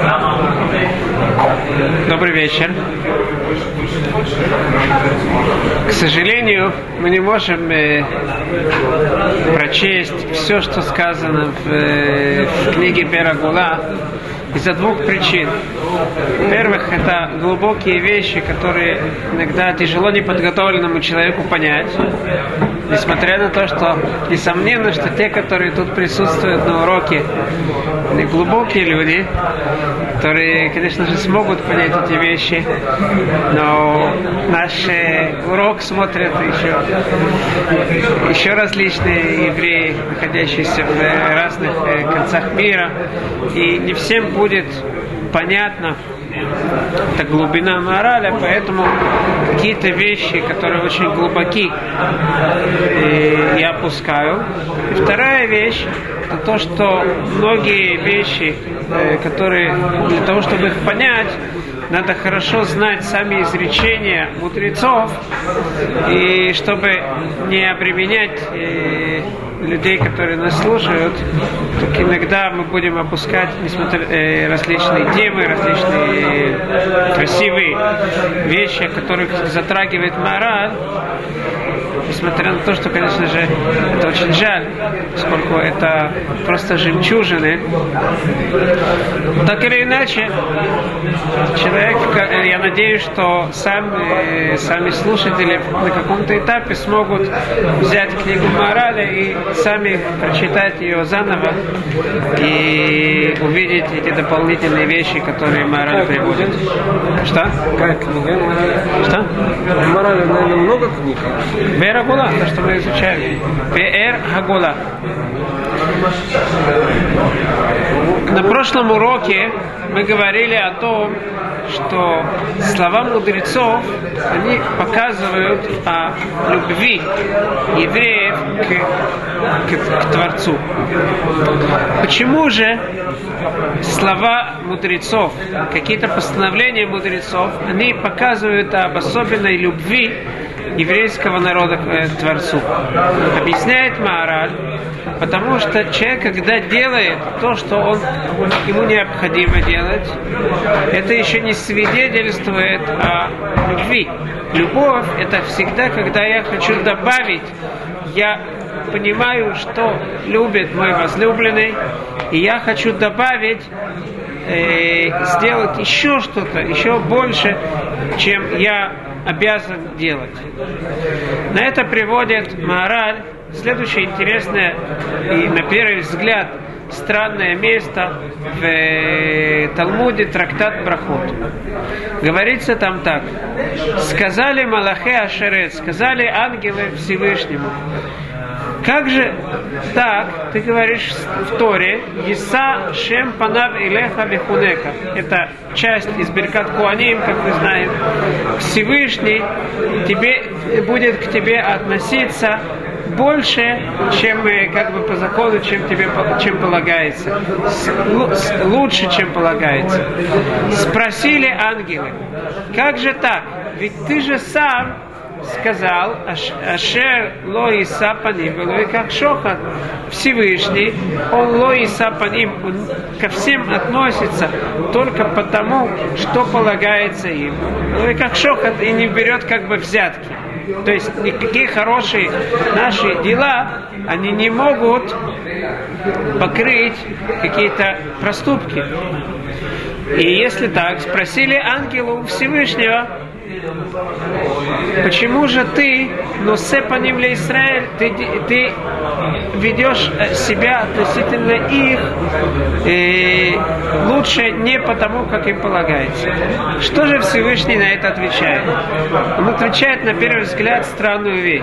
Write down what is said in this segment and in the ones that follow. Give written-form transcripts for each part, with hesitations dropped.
Добрый вечер. К сожалению, мы не можем прочесть все, что сказано в книге Бер Агула, из-за двух причин. Во-первых, это глубокие вещи, которые иногда тяжело неподготовленному человеку понять. Несмотря на то, что несомненно, что те, которые тут присутствуют на уроке, они глубокие люди, которые, конечно же, смогут понять эти вещи, но наш урок смотрят еще различные евреи, находящиеся в разных концах мира, и не всем будет понятно эта глубина мораля, поэтому какие-то вещи, которые очень глубоки, я опускаю. И вторая вещь, это то, что многие вещи, которые для того, чтобы их понять, надо хорошо знать сами изречения мудрецов, и чтобы не обременять людей, которые нас слушают, так иногда мы будем опускать, несмотря различные темы, различные красивые вещи, которых затрагивает мораль, несмотря на то, что, конечно же, это очень жаль, поскольку это просто жемчужины. Так или иначе, человек, я надеюсь, что сами слушатели на каком-то этапе смогут взять книгу мораля и сами прочитать ее заново и увидеть эти дополнительные вещи, которые мораль приводит. Что? Какая книга мораля? Что? Мораля, наверное, много книг. Бер Агула, то, что мы изучаем. Бер Агула. На прошлом уроке мы говорили о том, что слова мудрецов, они показывают о любви евреев к Творцу. Почему же слова мудрецов, какие-то постановления мудрецов, они показывают об особенной любви еврейского народа к Творцу? Объясняет Маораль, потому что человек, когда делает то, что ему необходимо делать, это еще не свидетельствует о любви. Любовь – это всегда, когда я хочу добавить, я понимаю, что любит мой возлюбленный, и я хочу добавить, сделать еще что-то, еще больше, чем я обязан делать. На это приводит Маораль следующее интересное и, на первый взгляд, странное место в Талмуде, трактат Брахот. Говорится там так: сказали Малахе Ашерет, сказали ангелы Всевышнему, как же так, ты говоришь в Торе, Иса Шем Панав Илеха Вихунека. Это часть из Беркат Куаним, как вы знаете. Всевышний будет к тебе относиться больше, чем как бы по закону, чем полагается. Лучше, чем полагается. Спросили ангелы, как же так? Ведь ты же сам сказал, Ашер лоиса паним, велой как шохат. Всевышний, он лоиса паним, он ко всем относится только потому, что полагается им. Велой как шохат, и не берет как бы взятки. То есть никакие хорошие наши дела, они не могут покрыть какие-то проступки. И если так, спросили ангелу Всевышнего, почему же ты, но сепаним ле Исраэль, ты ведешь себя относительно их лучше не потому, как им полагается? Что же Всевышний на это отвечает? Он отвечает, на первый взгляд, странную вещь.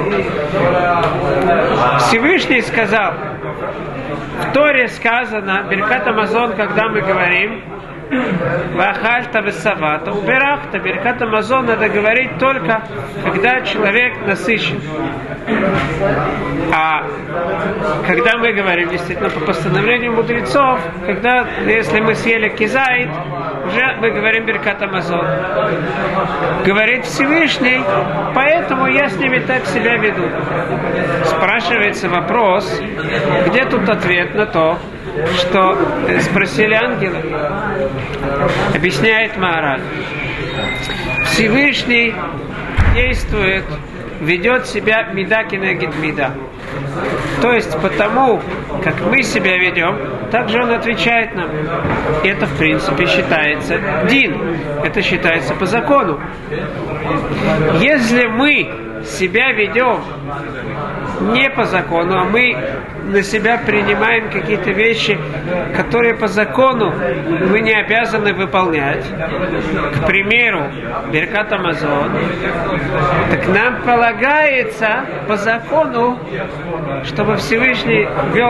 Всевышний сказал, в Торе сказано, Беркат Амазон, когда мы говорим, Вахальта весавата, убирахта, Беркат Амазон надо говорить только, когда человек насыщен. А когда мы говорим действительно по постановлению мудрецов, если мы съели кизайт, уже мы говорим Беркат Амазон. Говорит Всевышний, поэтому я с ними так себя веду. Спрашивается вопрос, где тут ответ на то, что спросили ангелы? Объясняет Маораль. Всевышний действует, ведет себя мида кенегед мида. То есть потому, как мы себя ведем, так же он отвечает нам. И это в принципе считается дин. Это считается по закону. Если мы себя ведем не по закону, а мы на себя принимаем какие-то вещи, которые по закону мы не обязаны выполнять. К примеру, Беркат Амазон, так нам полагается по закону, чтобы Всевышний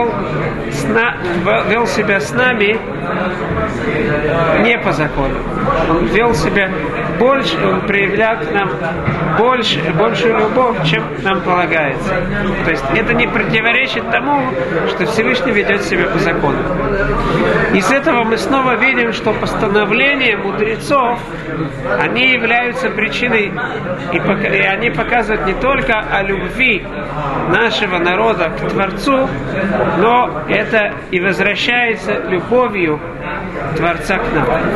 вел себя с нами не по закону. Он вел себя больше, он проявлял к нам большую любовь, чем нам полагается. То есть это не противоречит тому, что Всевышний ведет себя по закону. Из этого мы снова видим, что постановления мудрецов, они являются причиной, и они показывают не только о любви нашего народа к Творцу, но это и возвращается любовью Творца к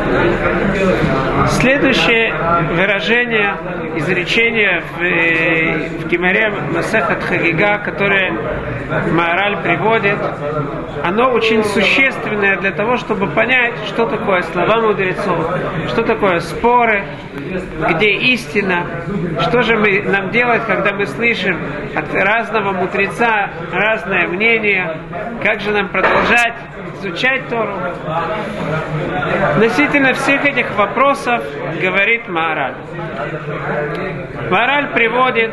нам. Следующее выражение, изречение в Гемаре Масехет Хагига, которое Маораль приводит, оно очень существенное для того, чтобы понять, что такое слова мудрецов, что такое споры, где истина, что же нам делать, когда мы слышим от разного мудреца разное мнение, как же нам продолжать изучать Тору. Относительно всех этих вопросов говорит Маораль. Маораль приводит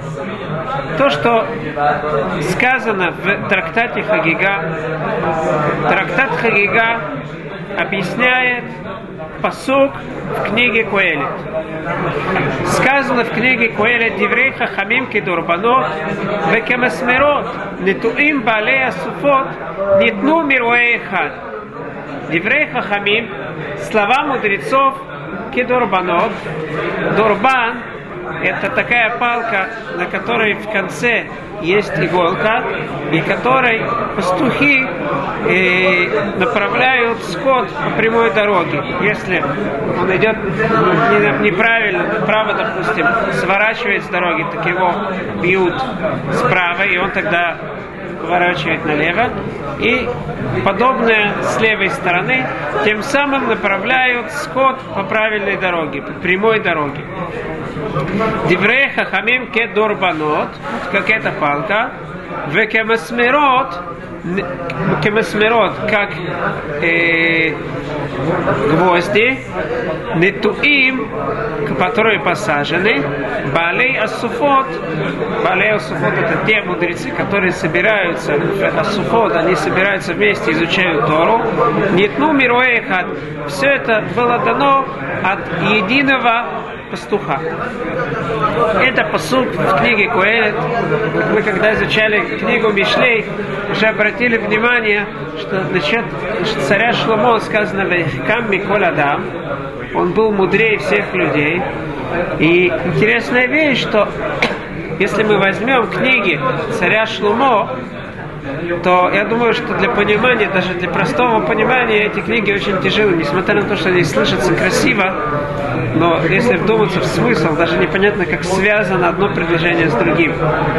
то, что сказано в трактате Хагига. Трактат Хагига объясняет пасук в книге Коэлет. Сказано в книге Коэлет: «Диврей хахамим кедурбанот, векемасмерот, нетуим баалей асуфот, нитну мируэй эхад». Диврей хахамим, слова мудрецов, кедурбанот. Дурбан — это такая палка, на которой в конце есть иголка, и которой пастухи направляют скот по прямой дороге. Если он идет неправильно, направо, допустим, сворачивает с дороги, так его бьют справа, и он тогда поворачивает налево. И подобное с левой стороны, тем самым направляют скот по правильной дороге, по прямой дороге. Диврей хахамим ке дорбанот, как эта палка, векемасмерот, как гвозди, нетуим, которые посажены, баалей асуфот. Баалей асуфот — это те мудрецы, которые собираются в асуфот, они собираются вместе, изучают Тору. Нитну мируэй эхад. Все это было дано от единого пастуха. Это пасук в книге Коэлет. Мы когда изучали книгу Мишлей, уже обратили внимание, что насчет царя Шломо сказано: «Вехикам миколь адам». Он был мудрее всех людей. И интересная вещь, что если мы возьмем книги царя Шломо, то я думаю, что для понимания, даже для простого понимания, эти книги очень тяжелы, несмотря на то, что они слышатся красиво, но если вдуматься в смысл, даже непонятно, как связано одно предложение с другим.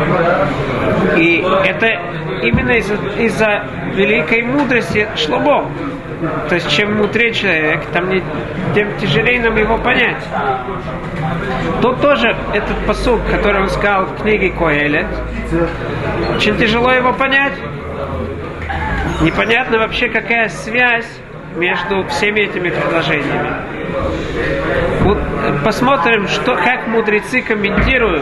И это именно из-за великой мудрости Шломо. То есть, чем мудрее человек, тем тяжелее нам его понять. Тут тоже этот пасук, который он сказал в книге Коэлет, очень тяжело его понять. Непонятно вообще, какая связь между всеми этими предложениями. Вот посмотрим, как мудрецы комментируют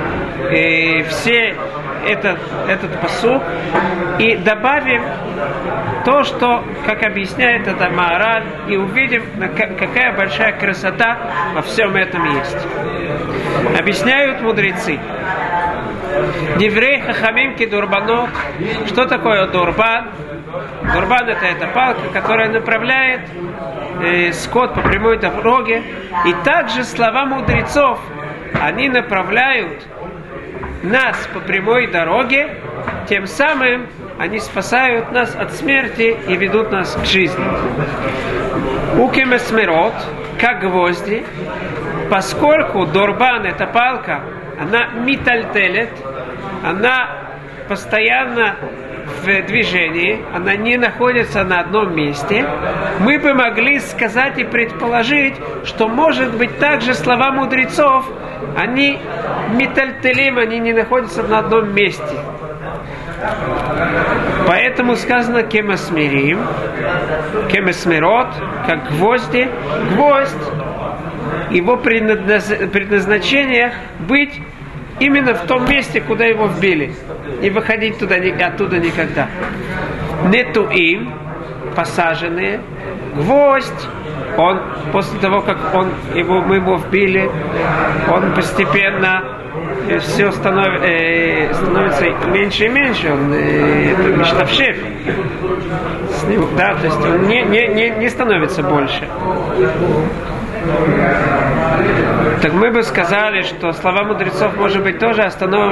этот пасук, и добавим то, что, как объясняет это Маораль, и увидим, какая большая красота во всем этом есть. Объясняют мудрецы. Деврей хахамим кидурбанот. Что такое дурбан? Дурбан это палка, которая направляет скот по прямой дороге. И также слова мудрецов, они направляют нас по прямой дороге, тем самым они спасают нас от смерти и ведут нас к жизни. Укемесмерот, как гвозди, поскольку дурбан, эта палка, она митальтелет, она постоянно в движении, она не находится на одном месте, мы бы могли сказать и предположить, что может быть также слова мудрецов, они митальтелим, они не находятся на одном месте. Поэтому сказано кемасмирим, кемасмирот, как гвозди. Гвоздь, его предназначение быть именно в том месте, куда его вбили. Не выходить оттуда никогда. Нету им, посаженные. Гвоздь, он, после того, как мы его вбили, он постепенно все становится меньше и меньше. Он миштавшев. Да, то есть он не становится больше. Так мы бы сказали, что слова мудрецов, может быть, тоже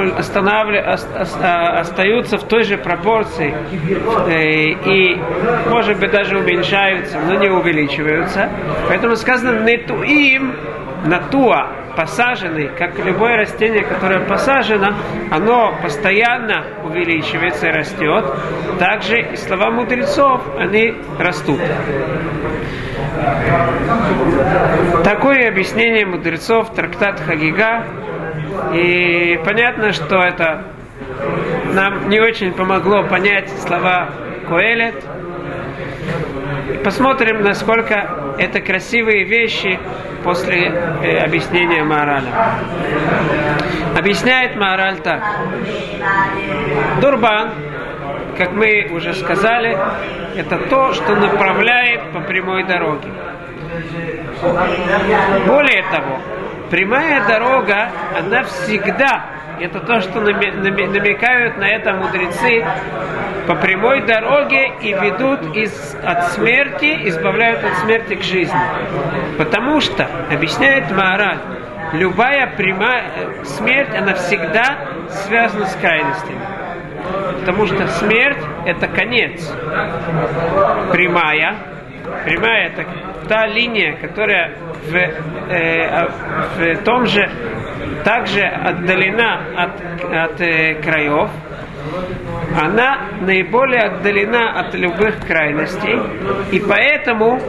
остаются в той же пропорции и, может быть, даже уменьшаются, но не увеличиваются. Поэтому сказано «нетуим», «натуа», посаженный, как любое растение, которое посажено, оно постоянно увеличивается и растет. Также и слова мудрецов, они растут. Такое объяснение мудрецов, трактат Хагига. И понятно, что это нам не очень помогло понять слова Коэлет. Посмотрим, насколько это красивые вещи после объяснения Маораля. Объясняет Маораль так. Дурбан, как мы уже сказали, это то, что направляет по прямой дороге. Более того, прямая дорога, она всегда, это то, что намекают на это мудрецы, по прямой дороге и ведут от смерти, избавляют от смерти к жизни. Потому что, объясняет Маораль, любая прямая смерть, она всегда связана с крайностями. Потому что смерть – это конец. Прямая – это та линия, которая в том же также отдалена от краев. Она наиболее отдалена от любых крайностей, и поэтому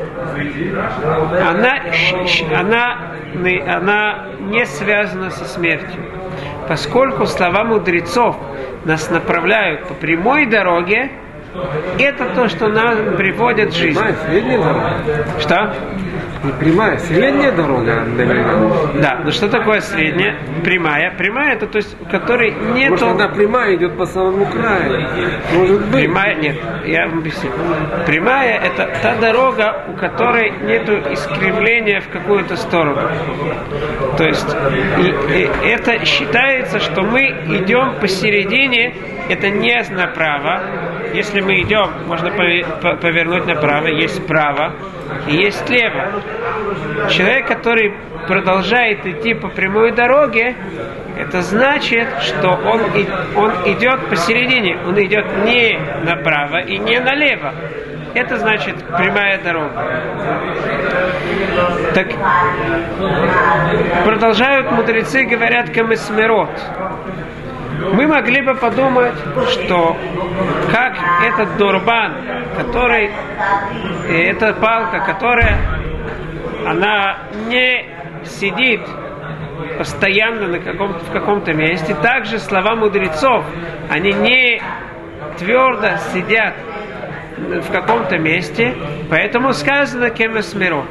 она не связана со смертью. Поскольку слова мудрецов нас направляют по прямой дороге, это то, что нас приводит в жизнь. Прямая, средняя дорога. Что? Не прямая, средняя дорога. Да, но что такое средняя? Прямая. Прямая, это то есть, у которой нету... Может, она прямая идет по самому краю. Может быть. Прямая, нет, я вам объясню. Прямая, это та дорога, у которой нету искривления в какую-то сторону. То есть, это считается, что мы идем посередине, это не направо. Если мы идем, можно повернуть направо, есть право и есть слева. Человек, который продолжает идти по прямой дороге, это значит, что он идет посередине, он идет не направо и не налево. Это значит прямая дорога. Так продолжают мудрецы, говорят камесмерот. Мы могли бы подумать, что как этот дурбан, который, эта палка, которая, она не сидит постоянно в каком-то месте, также слова мудрецов, они не твердо сидят в каком-то месте, поэтому сказано кемесмерот.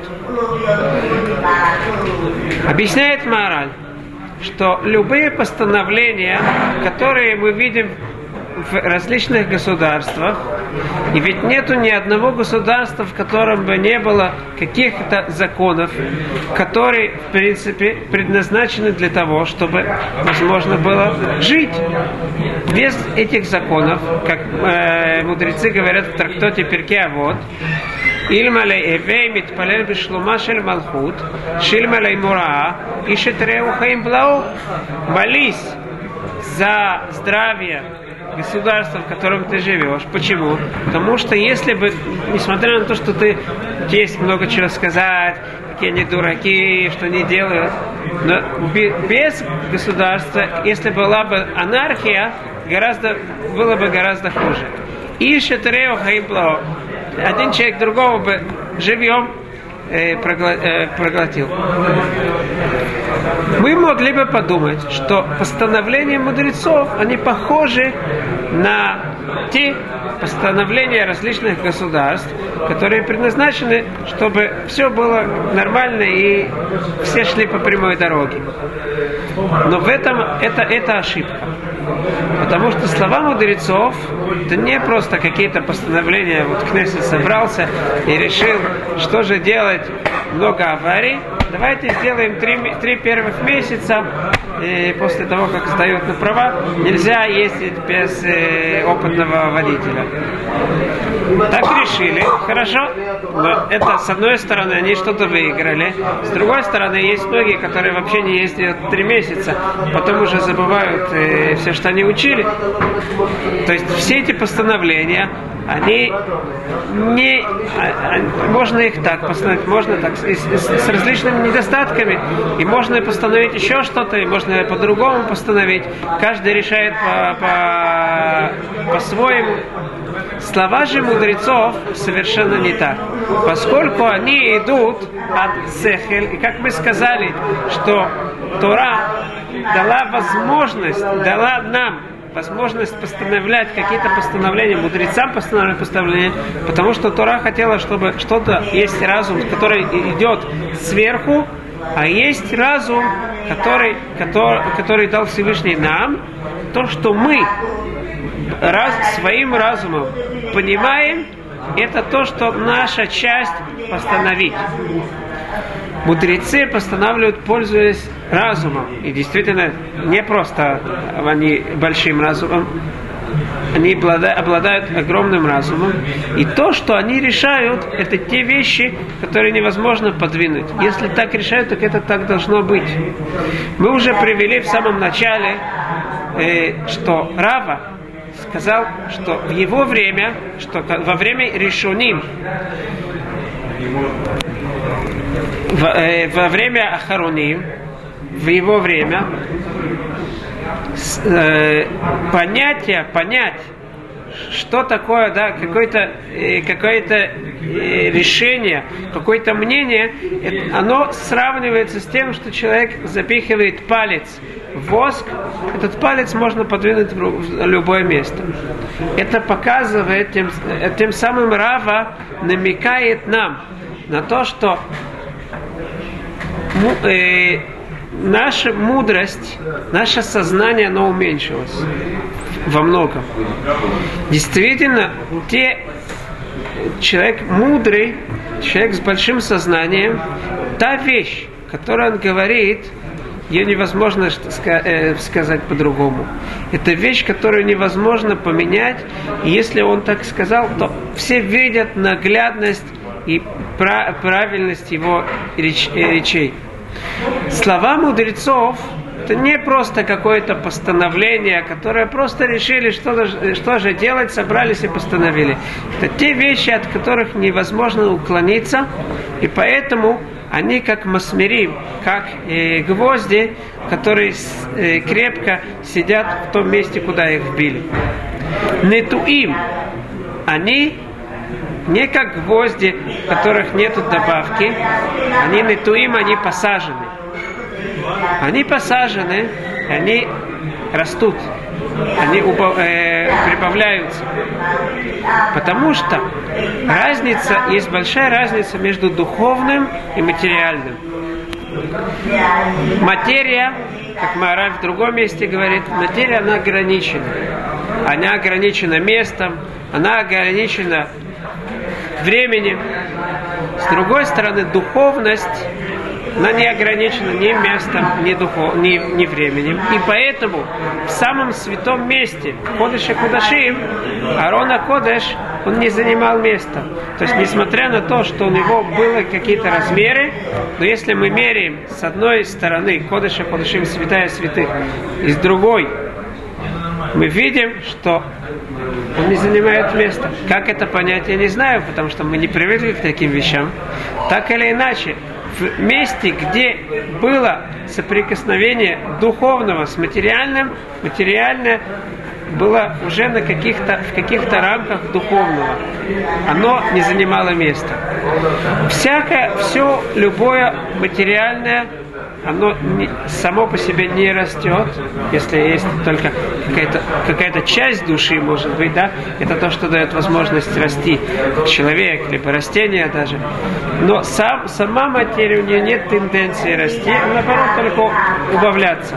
Объясняет Маораль, что любые постановления, которые мы видим в различных государствах, и ведь нету ни одного государства, в котором бы не было каких-то законов, которые, в принципе, предназначены для того, чтобы возможно было жить. Без этих законов, как мудрецы говорят в трактате Перкей Авот, Ильмалей эвей митпалел бишлума шель малхут, шильмалей мураа, ишет реу хаим блау. Молись за здравие государства, в котором ты живешь. Почему? Потому что если бы, несмотря на то, что тебе есть много чего сказать, какие они дураки, что они делают, но без государства, если была бы анархия, было бы гораздо хуже. Ишет реу хаим блау. Один человек другого бы живьем проглотил. Мы могли бы подумать, что постановления мудрецов, они похожи на те постановления различных государств, которые предназначены, чтобы все было нормально и все шли по прямой дороге. Но в этом это ошибка. Потому что слова мудрецов это не просто какие-то постановления. Вот Кнессет собрался и решил, что же делать, много аварий. Давайте сделаем 3 первых месяца, после того, как сдают на права, нельзя ездить без опытного водителя. Так решили, хорошо, но это с одной стороны они что-то выиграли, с другой стороны есть многие, которые вообще не ездят 3 месяца, потом уже забывают все, что они учили. То есть все эти постановления, они не... Можно их так постановить, можно так, с различными недостатками, и можно постановить еще что-то, и можно по-другому постановить. Каждый решает по-своему. Слова же мудрецов совершенно не так. Поскольку они идут от сехель, и как мы сказали, что Тора дала нам возможность постановлять какие-то постановления, мудрецам постановлять постановления, потому что Тора хотела, чтобы что-то, есть разум, который идет сверху, а есть разум, который дал Всевышний нам, то, что мы своим разумом понимаем, это то, что наша часть постановить. Мудрецы постанавливают, пользуясь разумом. И действительно, не просто они большим разумом, они обладают огромным разумом. И то, что они решают, это те вещи, которые невозможно подвинуть. Если так решают, так это так должно быть. Мы уже привели в самом начале, что Рава сказал, что в его время, что во время Ришоним, во время Ахароним, в его время, понять, что такое, да, какое-то решение, какое-то мнение, оно сравнивается с тем, что человек запихивает палец в воск, этот палец можно подвинуть в любое место. Это показывает, тем самым Рава намекает нам на то, что наша мудрость, наше сознание, оно уменьшилось во многом. Действительно, человек мудрый, человек с большим сознанием, та вещь, которую он говорит, ее невозможно сказать по-другому. Это вещь, которую невозможно поменять. И если он так сказал, то все видят наглядность и правильность его речей. Слова мудрецов — это не просто какое-то постановление, которое просто решили, что же делать, собрались и постановили. Это те вещи, от которых невозможно уклониться, и поэтому они как масмерим, как гвозди, которые крепко сидят в том месте, куда их вбили. Нетуим, они не как гвозди, в которых нету добавки, они нетуим, они посажены. Они посажены, они растут, они прибавляются. Потому что есть большая разница между духовным и материальным. Материя, как Маораль в другом месте говорит, материя, она ограничена. она ограничена местом, она ограничена временем. С другой стороны, духовность, она не ограничена ни местом, ни временем. И поэтому в самом святом месте, в Кодеше Кодашим, Аарон ха-Кодеш, он не занимал места. То есть, несмотря на то, что у него были какие-то размеры, но если мы меряем с одной стороны Кодеше Кодашим, святая святых, и с другой, мы видим, что он не занимает места. Как это понять, я не знаю, потому что мы не привыкли к таким вещам. Так или иначе, в месте, где было соприкосновение духовного с материальным, материальное было уже в каких-то рамках духовного. Оно не занимало места. Все любое материальное, оно само по себе не растет, если есть только какая-то часть души, может быть, да, это то, что дает возможность расти человек, либо растение даже. Но сама материя, у нее нет тенденции расти, а наоборот только убавляться.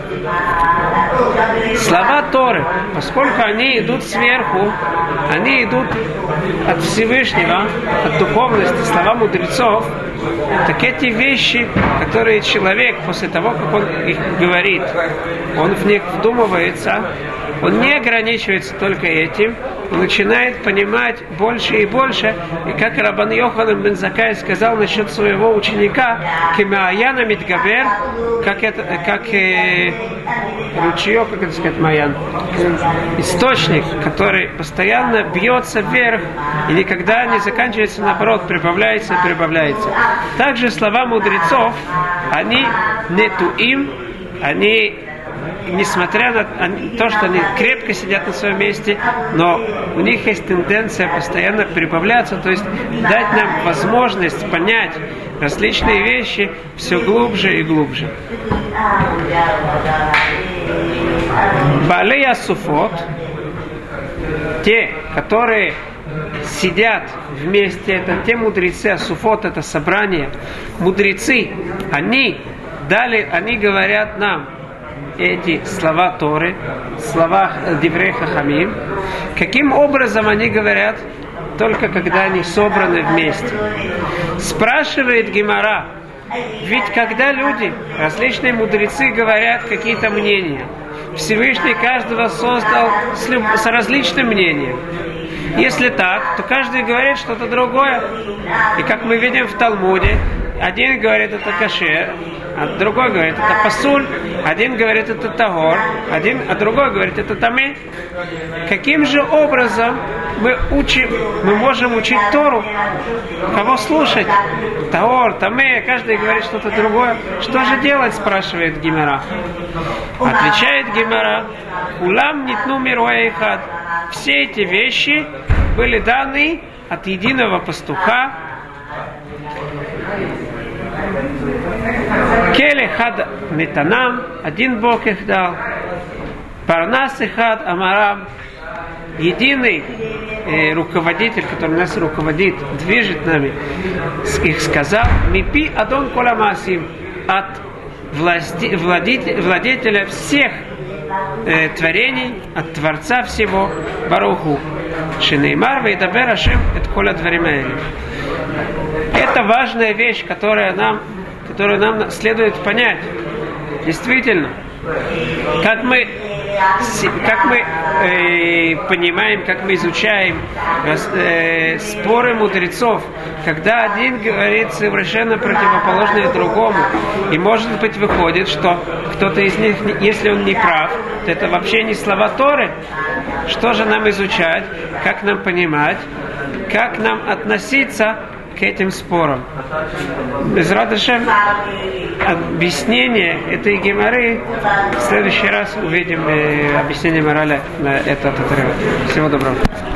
Слова Торы, поскольку они идут сверху, они идут от Всевышнего, от духовности, слова мудрецов, так эти вещи, которые человек после того, как он их говорит, он в них вдумывается, он не ограничивается только этим, он начинает понимать больше и больше. И как Рабан Йоханан бен Заккай сказал насчет своего ученика, «Кемаяна мидгавер», как ручеек, как это сказать, маян, источник, который постоянно бьется вверх и никогда не заканчивается, наоборот, прибавляется и прибавляется. Также слова мудрецов, они нетуим, они, несмотря на то, что они крепко сидят на своем месте, но у них есть тенденция постоянно прибавляться, то есть дать нам возможность понять различные вещи все глубже и глубже. Баалей ас-суфот, те, которые сидят вместе, это те мудрецы, ас-суфот, это собрание, мудрецы, они говорят нам эти слова Торы, слова Диврей Хахамим. Каким образом они говорят? Только когда они собраны вместе. Спрашивает Гемара, ведь когда люди, различные мудрецы говорят какие-то мнения, Всевышний каждого создал с различным мнением. Если так, то каждый говорит что-то другое. И как мы видим в Талмуде, один говорит это кашер, а другой говорит это пасуль, один говорит это тагор, а другой говорит это тамэ. Каким же образом мы можем учить Тору? Кого слушать? Тагор, тамэ, каждый говорит что-то другое. Что же делать, спрашивает Гемара. Отвечает Гемара, улам нитну мируа эхад. Все эти вещи были даны от единого пастуха. Келе хад метанам, один Бог их дал. Парнас и хад амарам, единый руководитель, который нас руководит, движет нами, их сказал, мипи адон коламасим, от владетеля всех творений, от Творца всего, Баруху. Шинеймар вейдабер Ашем эт кола дворим. Это важная вещь, которую нам следует понять. Действительно, как мы понимаем, как мы изучаем споры мудрецов, когда один говорит совершенно противоположное другому, и может быть выходит, что кто-то из них, если он не прав, то это вообще не слова Торы. Что же нам изучать, как нам понимать, как нам относиться к этим спорам? Безрат Ашем, объяснение этой гемары в следующий раз увидим объяснение морали на этот отрывок. Всего доброго.